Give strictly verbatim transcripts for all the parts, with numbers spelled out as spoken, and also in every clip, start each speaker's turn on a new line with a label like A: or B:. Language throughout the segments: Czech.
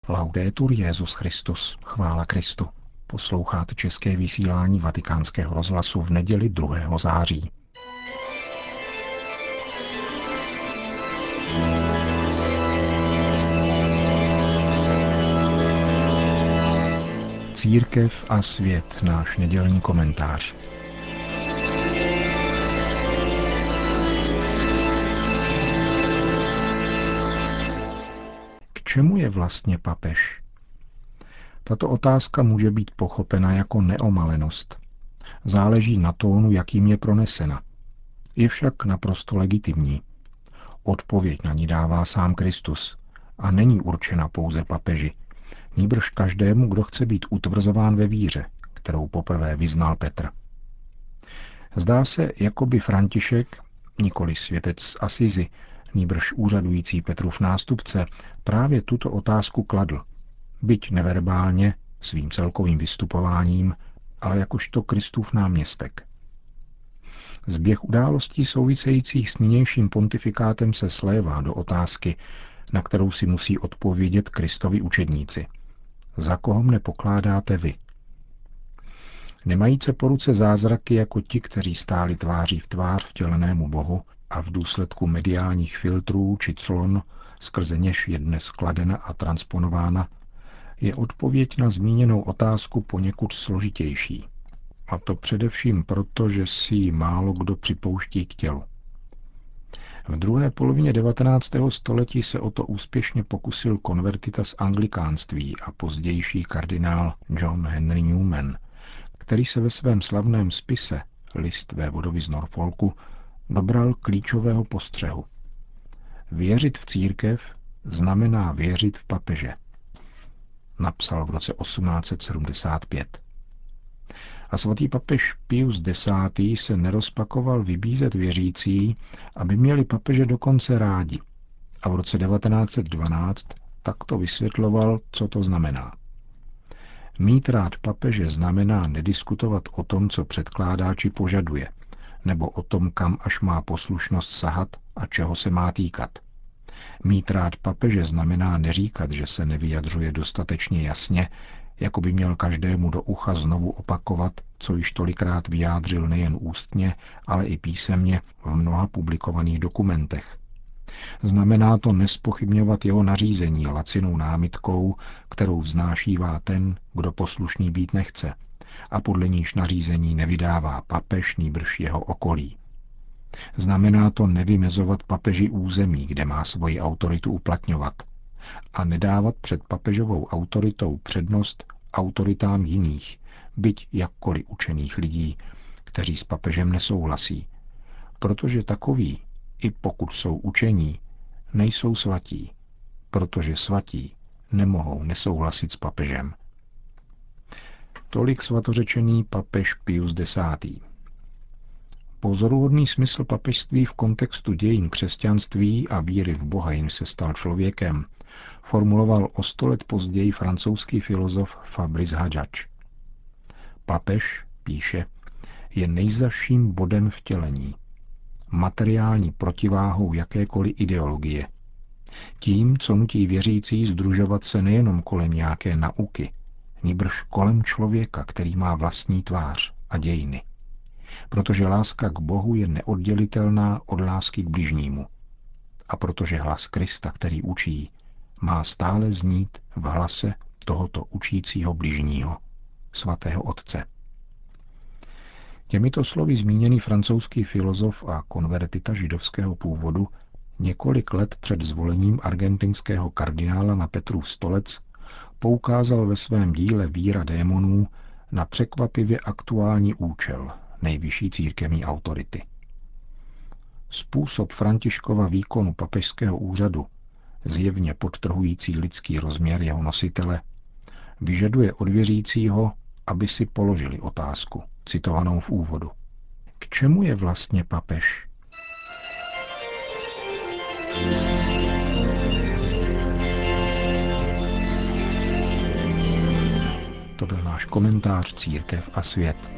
A: Laudetur Jesus Christus, chvála Kristu. Posloucháte české vysílání Vatikánského rozhlasu v neděli druhého září. Církev a svět, náš nedělní komentář. K čemu je vlastně papež? Tato otázka může být pochopena jako neomalenost. Záleží na tónu, jakým je pronesena. Je však naprosto legitimní. Odpověď na ní dává sám Kristus a není určena pouze papeži, nýbrž každému, kdo chce být utvrzován ve víře, kterou poprvé vyznal Petr. Zdá se, jako by František, nikoli světec z Asizi, nýbrž úřadující Petrův nástupce, právě tuto otázku kladl, byť neverbálně, svým celkovým vystupováním, ale jakožto Kristův náměstek. Zběh událostí souvisejících s nynějším pontifikátem se slévá do otázky, na kterou si musí odpovědět Kristovi učedníci. Za koho mne pokládáte vy? Nemajíce po ruce zázraky jako ti, kteří stáli tváří v tvář vtělenému Bohu a v důsledku mediálních filtrů či clon, skrze něž je dnes kladena a transponována, je odpověď na zmíněnou otázku poněkud složitější. A to především proto, že si ji málo kdo připouští k tělu. V druhé polovině devatenáctého století se o to úspěšně pokusil konvertitas anglikánství a pozdější kardinál John Henry Newman, který se ve svém slavném spise List vévodovi z Norfolku dobral klíčového postřehu. Věřit v církev znamená věřit v papeže. Napsal v roce osmnáct set sedmdesát pět. A svatý papež Pius desátý. se nerozpakoval vybízet věřící, aby měli papeže dokonce rádi. A v roce devatenáct set dvanáct takto vysvětloval, co to znamená. Mít rád papeže znamená nediskutovat o tom, co předkládá či požaduje, nebo o tom, kam až má poslušnost sahat a čeho se má týkat. Mít rád papeže znamená neříkat, že se nevyjadřuje dostatečně jasně, jako by měl každému do ucha znovu opakovat, co již tolikrát vyjádřil nejen ústně, ale i písemně v mnoha publikovaných dokumentech. Znamená to nespochybňovat jeho nařízení lacinou námitkou, kterou vznášívá ten, kdo poslušný být nechce, a podle níž nařízení nevydává papež, nýbrž jeho okolí. Znamená to nevymezovat papeži území, kde má svoji autoritu uplatňovat, a nedávat před papežovou autoritou přednost autoritám jiných, byť jakkoliv učených lidí, kteří s papežem nesouhlasí, protože takoví, i pokud jsou učení, nejsou svatí, protože svatí nemohou nesouhlasit s papežem. Tolik svatořečený papež Pius desátý. Pozoruhodný smysl papežství v kontextu dějin křesťanství a víry v Boha, jim se stal člověkem, formuloval o sto let později francouzský filozof Fabrice Hadjadž. Papež, píše, je nejzazším bodem vtělení, materiální protiváhou jakékoliv ideologie. Tím, co nutí věřící sdružovat se nejenom kolem nějaké nauky, nýbrž kolem člověka, který má vlastní tvář a dějiny. Protože láska k Bohu je neoddělitelná od lásky k bližnímu. A protože hlas Krista, který učí, má stále znít v hlase tohoto učícího bližního, svatého Otce. Těmito slovy zmíněný francouzský filozof a konvertita židovského původu několik let před zvolením argentinského kardinála na Petrův stolec poukázal ve svém díle Víra démonů na překvapivě aktuální účel nejvyšší církevní autority. Způsob Františkova výkonu papežského úřadu, zjevně podtrhující lidský rozměr jeho nositele, vyžaduje od věřícího, aby si položili otázku, citovanou v úvodu. K čemu je vlastně papež? To byl náš komentář Církev a svět.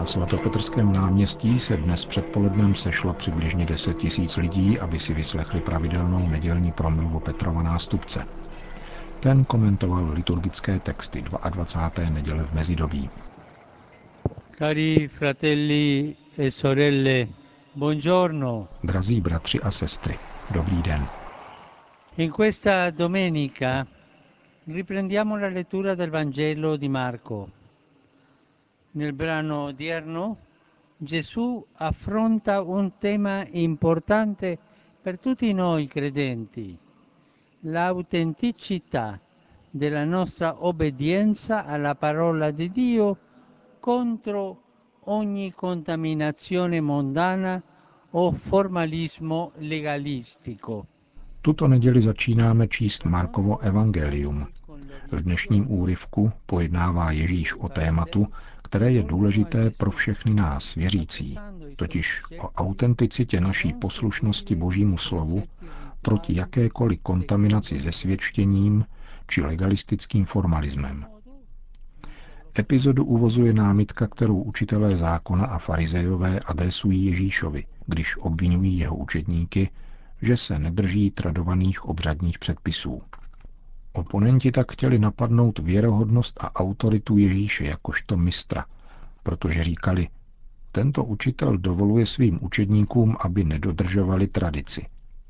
A: Na svatopetrském náměstí se dnes předpolednem sešlo přibližně deset tisíc lidí, aby si vyslechli pravidelnou nedělní promluvu Petrova nástupce. Ten komentoval liturgické texty dvacáté druhé neděle v mezidobí.
B: Cari fratelli e sorelle, buongiorno.
A: Drazí bratři a sestry, dobrý den.
B: In questa domenica riprendiamo la lettura del Vangelo di Marco. Nel brano odierno Gesù affronta un tema importante per tutti noi credenti, l'autenticità della nostra obbedienza alla parola di Dio contro ogni contaminazione mondana o formalismo legalistico.
A: Tuto neděli začínáme číst Markovo evangelium. V dnešním úryvku pojednává Ježíš o tématu, které je důležité pro všechny nás, věřící, totiž o autenticitě naší poslušnosti Božímu slovu proti jakékoliv kontaminaci zesvědčením či legalistickým formalismem. Epizodu uvozuje námitka, kterou učitelé zákona a farizejové adresují Ježíšovi, když obvinují jeho učedníky, že se nedrží tradovaných obřadních předpisů. Oponenti tak chtěli napadnout věrohodnost a autoritu Ježíše jakožto mistra, protože říkali, tento učitel dovoluje svým učedníkům, aby nedodržovali tradici.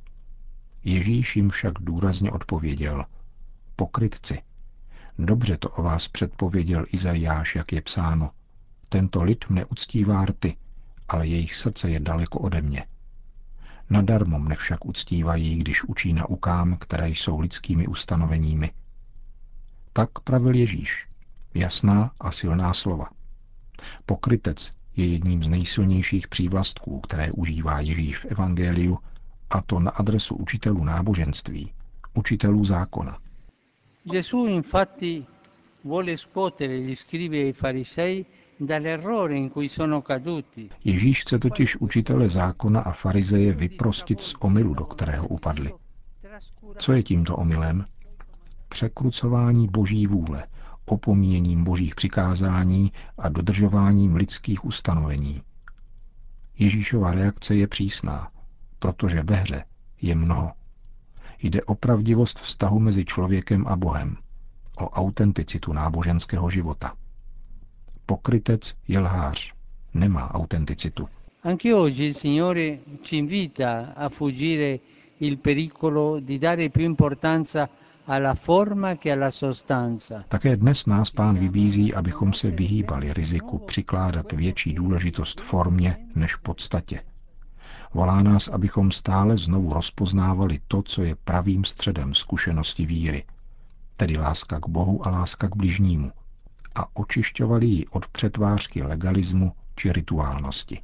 A: Ježíš jim však důrazně odpověděl, pokrytci, dobře to o vás předpověděl Izajáš, jak je psáno, tento lid mne uctívá rty, ale jejich srdce je daleko ode mě. Nadarmo mne však uctívají, když učí naukám, které jsou lidskými ustanoveními. Tak pravil Ježíš. Jasná a silná slova. Pokrytec je jedním z nejsilnějších přívlastků, které užívá Ježíš v evangeliu, a to na adresu učitelů náboženství, učitelů zákona.
B: Gesù infatti vuole scuotere gli scribi e i farisei dall'errore in cui sono caduti.
A: Ježíš chce totiž učitele zákona a farizeje vyprostit z omylu, do kterého upadli. Co je tímto omylem? Překrucování Boží vůle, opomíjením Božích přikázání a dodržováním lidských ustanovení. Ježíšova reakce je přísná, protože ve hře je mnoho. Jde o pravdivost vztahu mezi člověkem a Bohem, o autenticitu náboženského života. Pokrytec je lhář, nemá autenticitu.
B: Anche oggi il Signore ci invita a fuggire il pericolo di dare più importanza alla forma che alla sostanza.
A: Také dnes nás Pán vybízí, abychom se vyhýbali riziku přikládat větší důležitost formě než podstatě. Volá nás, abychom stále znovu rozpoznávali to, co je pravým středem zkušenosti víry, tedy láska k Bohu a láska k bližnímu, a očišťovali ji od přetvářky legalismu či rituálnosti.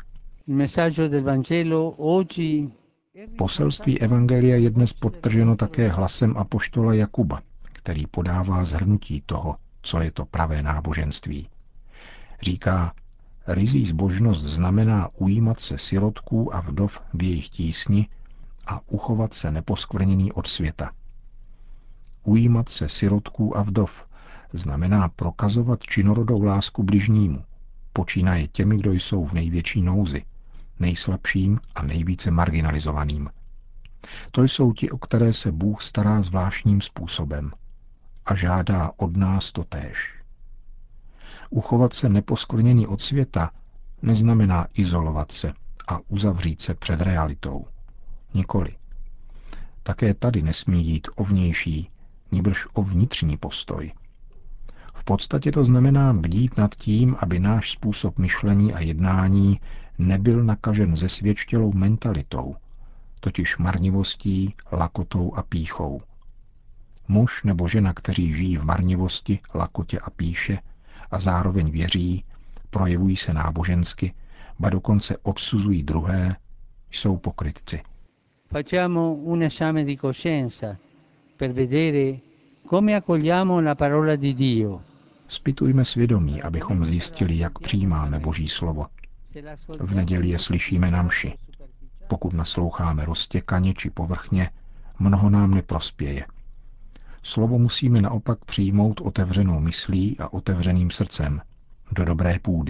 A: Poselství evangelia je dnes podtrženo také hlasem apoštola Jakuba, který podává shrnutí toho, co je to pravé náboženství. Říká, ryzí zbožnost znamená ujímat se sirotků a vdov v jejich tísni a uchovat se neposkvrněný od světa. Ujímat se sirotků a vdov znamená prokazovat činorodou lásku bližnímu, počínaje těmi, kdo jsou v největší nouzi, nejslabším a nejvíce marginalizovaným. To jsou ti, o které se Bůh stará zvláštním způsobem a žádá od nás totéž. Uchovat se neposkvrněný od světa neznamená izolovat se a uzavřít se před realitou. Nikoli. Také tady nesmí jít o vnější, nýbrž o vnitřní postoj. V podstatě to znamená bdít nad tím, aby náš způsob myšlení a jednání nebyl nakažen zesvědčtělou mentalitou, totiž marnivostí, lakotou a pýchou. Muž nebo žena, kteří žijí v marnivosti, lakotě a pýše a zároveň věří, projevují se nábožensky, ba dokonce odsuzují druhé, jsou pokrytci.
B: Facciamo un esame di coscienza per vedere come accogliamo la parola di Dio.
A: Zpytujme svědomí, abychom zjistili, jak přijímáme Boží slovo. V neděli je slyšíme na mši. Pokud nasloucháme roztěkaně či povrchně, mnoho nám neprospěje. Slovo musíme naopak přijmout otevřenou myslí a otevřeným srdcem, do dobré půdy,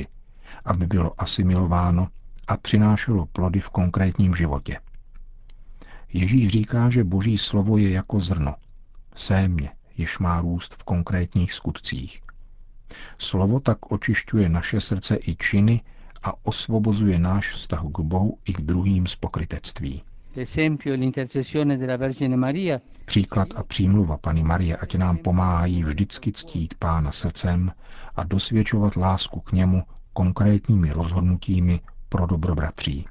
A: aby bylo asimilováno a přinášelo plody v konkrétním životě. Ježíš říká, že Boží slovo je jako zrno, sémě, jež má růst v konkrétních skutcích. Slovo tak očišťuje naše srdce i činy a osvobozuje náš vztah k Bohu i k druhým z pokrytectví. Příklad a přímluva Panny Marie ať nám pomáhají vždycky ctít Pána srdcem a dosvědčovat lásku k němu konkrétními rozhodnutími pro dobro bratří.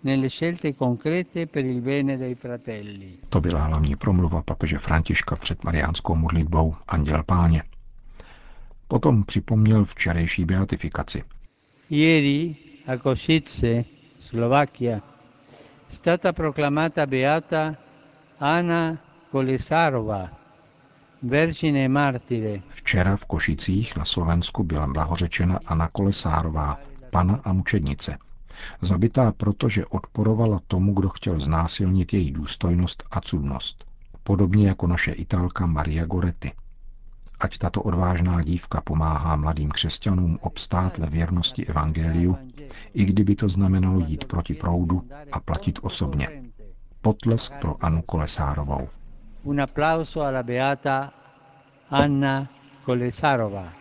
A: To byla hlavní promluva papeže Františka před mariánskou modlitbou Anděl Páně. Potom připomněl včerejší beatifikaci.
B: Ieri a Košice, Slovakia, stata proclamata beata Anna Kolesarova, vergine martire.
A: Včera v Košicích na Slovensku byla blahořečena Anna Kolesárová, pana a mučednice. Zabitá proto, že odporovala tomu, kdo chtěl znásilnit její důstojnost a cudnost. Podobně jako naše Italka Maria Goretti. Ať tato odvážná dívka pomáhá mladým křesťanům obstát ve věrnosti evangeliu, i kdyby to znamenalo jít proti proudu a platit osobně. Potlesk pro Annu Kolesárovou.
B: Un applauso alla beata Anna Kolesarova.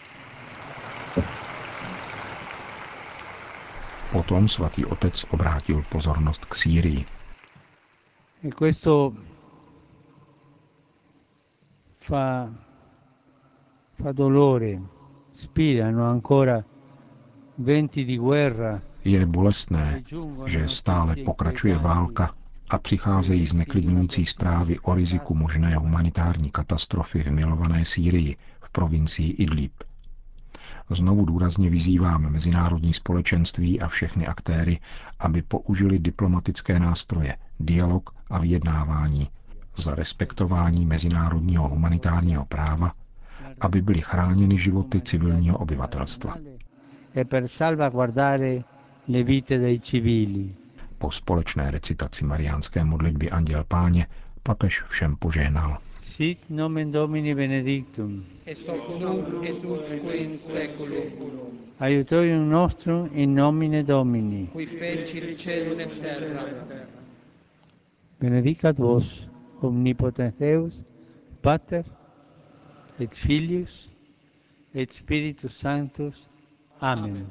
A: Potom svatý otec obrátil pozornost k Sýrii.
B: E questo fa fa dolore. Spirano ancora venti di guerra.
A: Je bolestné, že stále pokračuje válka a přicházejí zneklidňující zprávy o riziku možné humanitární katastrofy v milované Sýrii v provincii Idlib. Znovu důrazně vyzýváme mezinárodní společenství a všechny aktéry, aby použili diplomatické nástroje, dialog a vyjednávání za respektování mezinárodního humanitárního práva, aby byly chráněny životy civilního obyvatelstva. Po společné recitaci mariánské modlitby Anděl Páně papež všem požehnal.
B: Sit nomen Domini benedictum.
C: Ex hoc nunc et usque in seculum.
B: Aiutorium nostrum in nomine Domini.
C: Qui fecit caelum et terra.
B: Benedicat vos, omnipotens Deus, Pater, et Filius, et Spiritus Sanctus. Amen.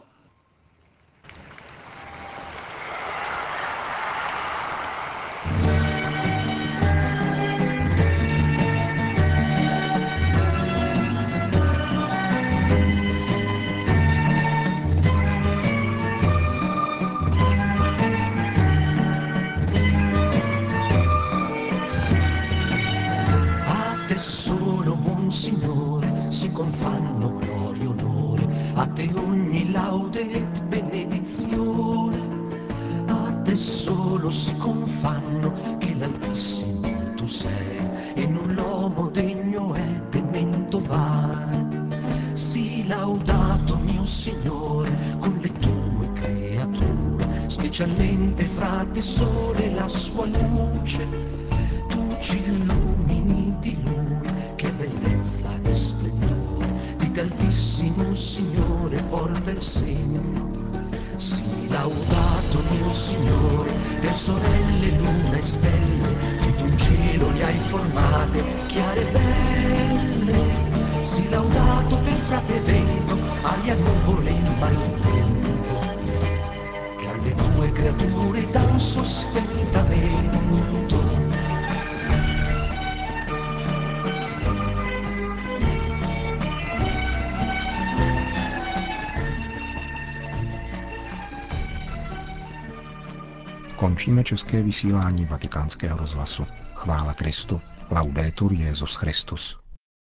D: Signore, si confanno gloria e onore, a te ogni laude et benedizione, a te solo si confanno che l'Altissimo tu sei, e non l'uomo degno è temento vai. Sii laudato mio Signore con le tue creature, specialmente fra te sole la sua luce, tu ci illumini di lui, che bellezza e splendore, di t'altissimo Signore porta il segno. Sii laudato mio Signore, per sorelle, luna e stelle, che tu in cielo li hai formate, chiare e belle. Sii laudato per frate vento, aria, nuvole e maltempo, che alle tue creature dan sostentamento.
A: Končíme české vysílání Vatikánského rozhlasu. Chvála Kristu. Laudetur Jesus Christus.